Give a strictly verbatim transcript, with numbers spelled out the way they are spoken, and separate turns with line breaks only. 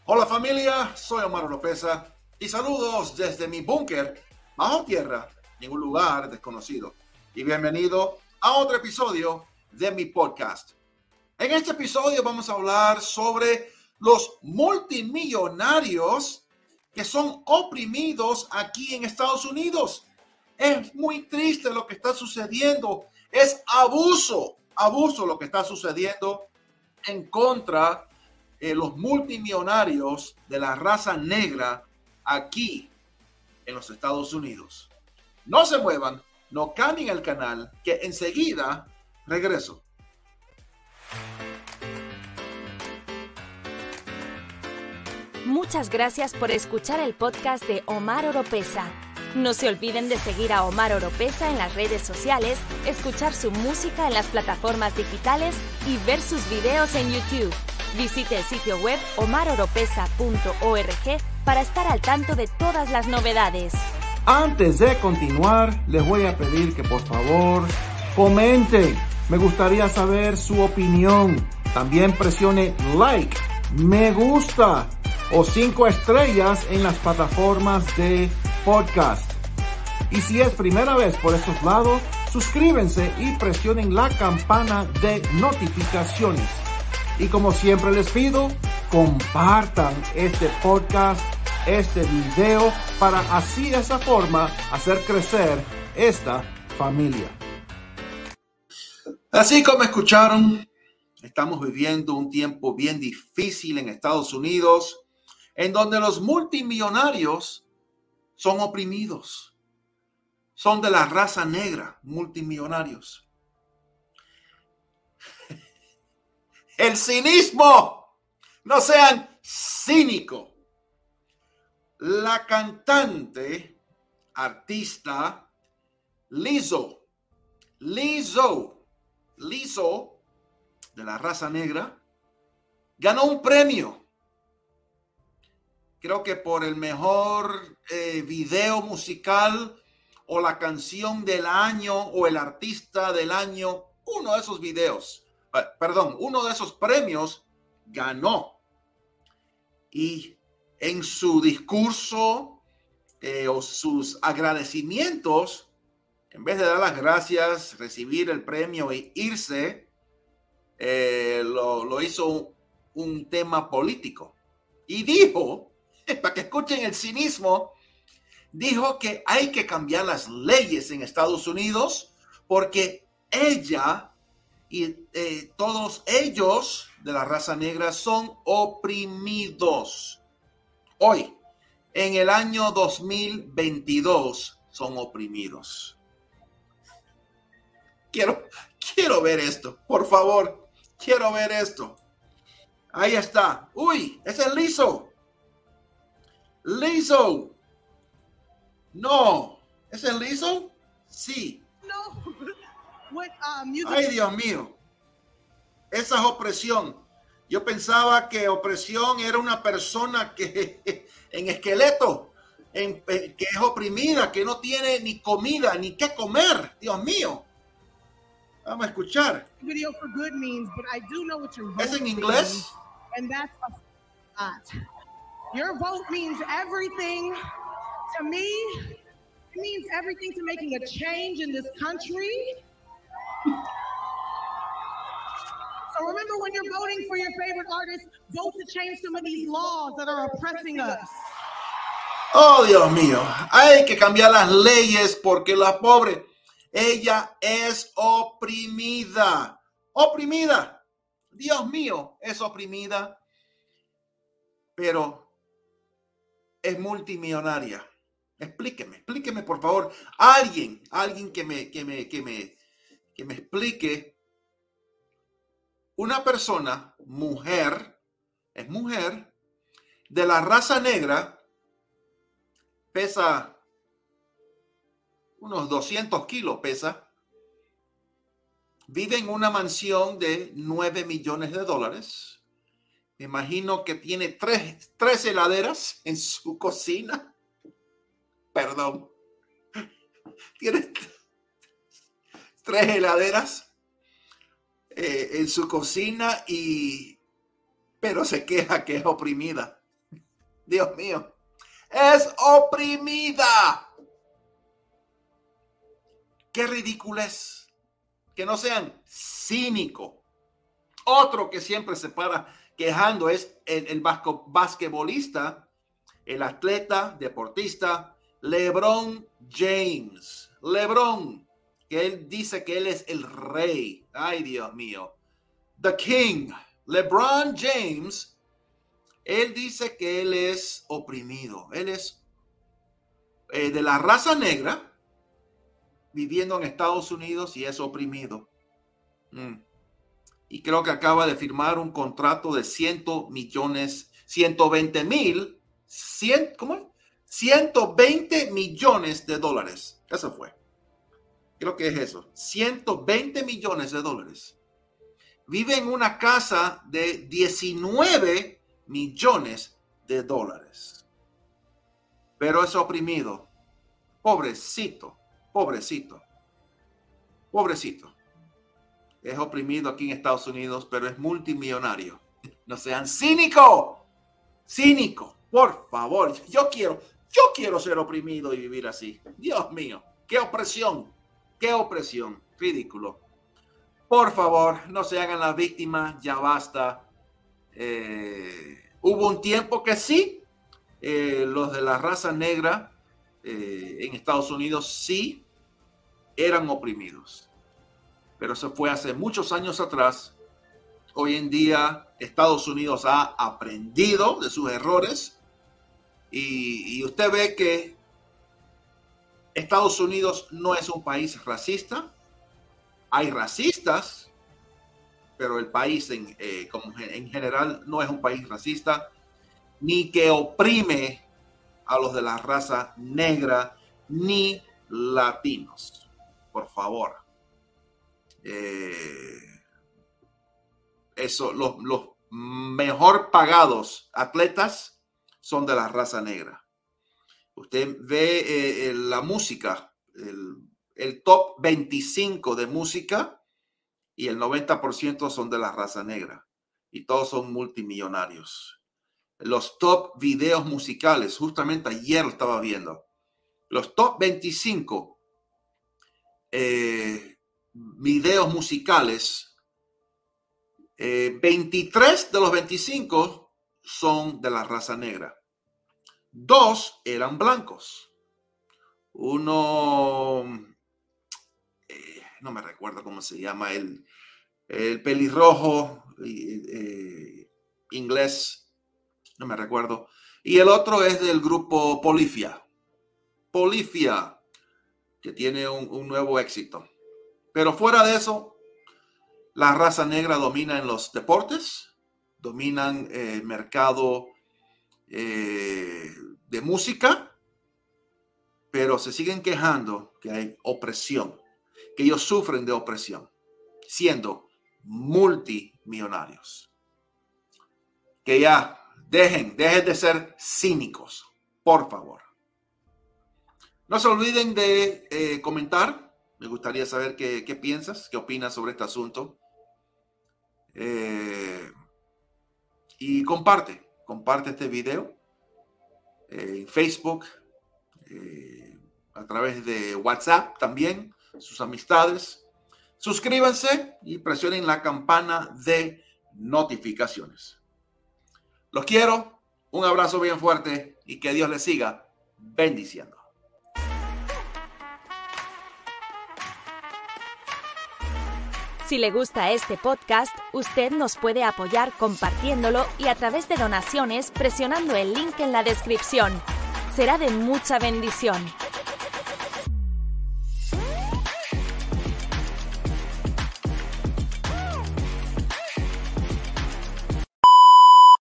Hola familia, soy Omar Oropesa y saludos desde mi búnker bajo tierra en un lugar desconocido. Y bienvenido a otro episodio de mi podcast. En este episodio vamos a hablar sobre los multimillonarios que son oprimidos aquí en Estados Unidos. Es muy triste lo que está sucediendo. Es abuso, abuso lo que está sucediendo en contra de los multimillonarios de la raza negra aquí en los Estados Unidos. No se muevan, no cambien el canal, que enseguida regreso.
Muchas gracias por escuchar el podcast de Omar Oropesa. No se olviden de seguir a Omar Oropesa en las redes sociales, escuchar su música en las plataformas digitales y ver sus videos en YouTube. Visite el sitio web omar oropesa punto org para estar al tanto de todas las novedades.
Antes de continuar, les voy a pedir que por favor comenten. Me gustaría saber su opinión. También presione like, me gusta o cinco estrellas en las plataformas de podcast. Y si es primera vez por estos lados, suscríbanse y presionen la campana de notificaciones. Y como siempre les pido, compartan este podcast, este video, para así de esa forma hacer crecer esta familia.
Así como escucharon, estamos viviendo un tiempo bien difícil en Estados Unidos, en donde los multimillonarios son oprimidos. Son de la raza negra, multimillonarios. El cinismo. No sean cínicos. La cantante, artista, Lizzo, Lizzo, Lizzo, de la raza negra, ganó un premio. Creo que por el mejor eh, video musical o la canción del año o el artista del año, uno de esos videos. Perdón, uno de esos premios ganó. Y en su discurso eh, o sus agradecimientos, en vez de dar las gracias, recibir el premio e irse, eh, lo, lo hizo un, un tema político. Y dijo, para que escuchen el cinismo, dijo que hay que cambiar las leyes en Estados Unidos porque ella y eh, todos ellos de la raza negra son oprimidos. Hoy, en el año dos mil veintidós, son oprimidos. Quiero, quiero ver esto, por favor. Quiero ver esto. Ahí está. Uy, ese es Lizzo. Lizzo. No, ¿ese es Lizzo? Sí.
No. What, uh, music-
Ay, Dios mío. Esa es opresión. Yo pensaba que opresión era una persona que en esqueleto, en, que es oprimida, que no tiene ni comida, ni qué comer. Dios mío. Vamos a escuchar.
Video for good means, but I do know what your vote
¿Es en inglés?
means, and that's a lot. Your vote means everything to me. It means everything to making a change in this country. So remember, when you're voting for your favorite artist, vote to change some of these laws that are oppressing us.
Oh, Dios mío. Hay que cambiar las leyes porque la pobre, ella es oprimida. Oprimida. Dios mío, es oprimida. Pero es multimillonaria. Explíqueme, explíqueme, por favor. Alguien, alguien que me, que me, que me, que me explique. Una persona, mujer, es mujer, de la raza negra, pesa unos doscientos kilos, pesa, vive en una mansión de nueve millones de dólares. Me imagino que tiene tres, tres heladeras en su cocina. Perdón. Tiene tres heladeras eh, en su cocina y pero se queja que es oprimida. Dios mío, es oprimida. Qué ridiculez. Que no sean cínicos. Otro que siempre se para quejando es el, el basco, basquetbolista, el atleta, deportista, LeBron James. LeBron, que él dice que él es el rey. Ay, Dios mío. The King. LeBron James, él dice que él es oprimido. Él es eh, de la raza negra, viviendo en Estados Unidos y es oprimido. Mm. Y creo que acaba de firmar un contrato de ciento millones, ciento veinte mil, cien, ¿cómo? ciento veinte millones de dólares. Eso fue. Creo que es eso. ciento veinte millones de dólares. Vive en una casa de diecinueve millones de dólares. Pero es oprimido. Pobrecito, pobrecito, pobrecito. Es oprimido aquí en Estados Unidos, pero es multimillonario. No sean cínicos. Cínico, por favor. Yo quiero, yo quiero ser oprimido y vivir así. Dios mío, qué opresión, qué opresión. Ridículo. Por favor, no se hagan las víctimas, ya basta. Eh, hubo un tiempo que sí, eh, los de la raza negra eh, en Estados Unidos sí eran oprimidos. Pero eso fue hace muchos años atrás. Hoy en día Estados Unidos ha aprendido de sus errores y, y usted ve que Estados Unidos no es un país racista. Hay racistas, pero el país en, eh, como en general no es un país racista, ni que oprime a los de la raza negra, ni latinos. Por favor. Eh, eso, los, los mejor pagados atletas son de la raza negra. Usted ve eh, la música, el, el top veinticinco de música y el noventa por ciento son de la raza negra y todos son multimillonarios. Los top videos musicales, justamente ayer lo estaba viendo, los top veinticinco eh, videos musicales, eh, veintitrés de los veinticinco son de la raza negra. Dos eran blancos. Uno, eh, no me recuerdo cómo se llama, el, el pelirrojo eh, inglés, no me recuerdo. Y el otro es del grupo Polyphia. Polyphia, que tiene un, un nuevo éxito. Pero fuera de eso, la raza negra domina en los deportes, dominan el mercado eh, de música, pero se siguen quejando que hay opresión, que ellos sufren de opresión, siendo multimillonarios. Que ya dejen, dejen de ser cínicos, por favor. No se olviden de eh, comentar. Me gustaría saber qué, qué piensas, qué opinas sobre este asunto. Eh, y comparte, comparte este video eh, en Facebook, eh, a través de WhatsApp también, sus amistades. Suscríbanse y presionen la campana de notificaciones. Los quiero, un abrazo bien fuerte y que Dios les siga bendiciendo.
Si le gusta este podcast, usted nos puede apoyar compartiéndolo y a través de donaciones presionando el link en la descripción. Será de mucha bendición.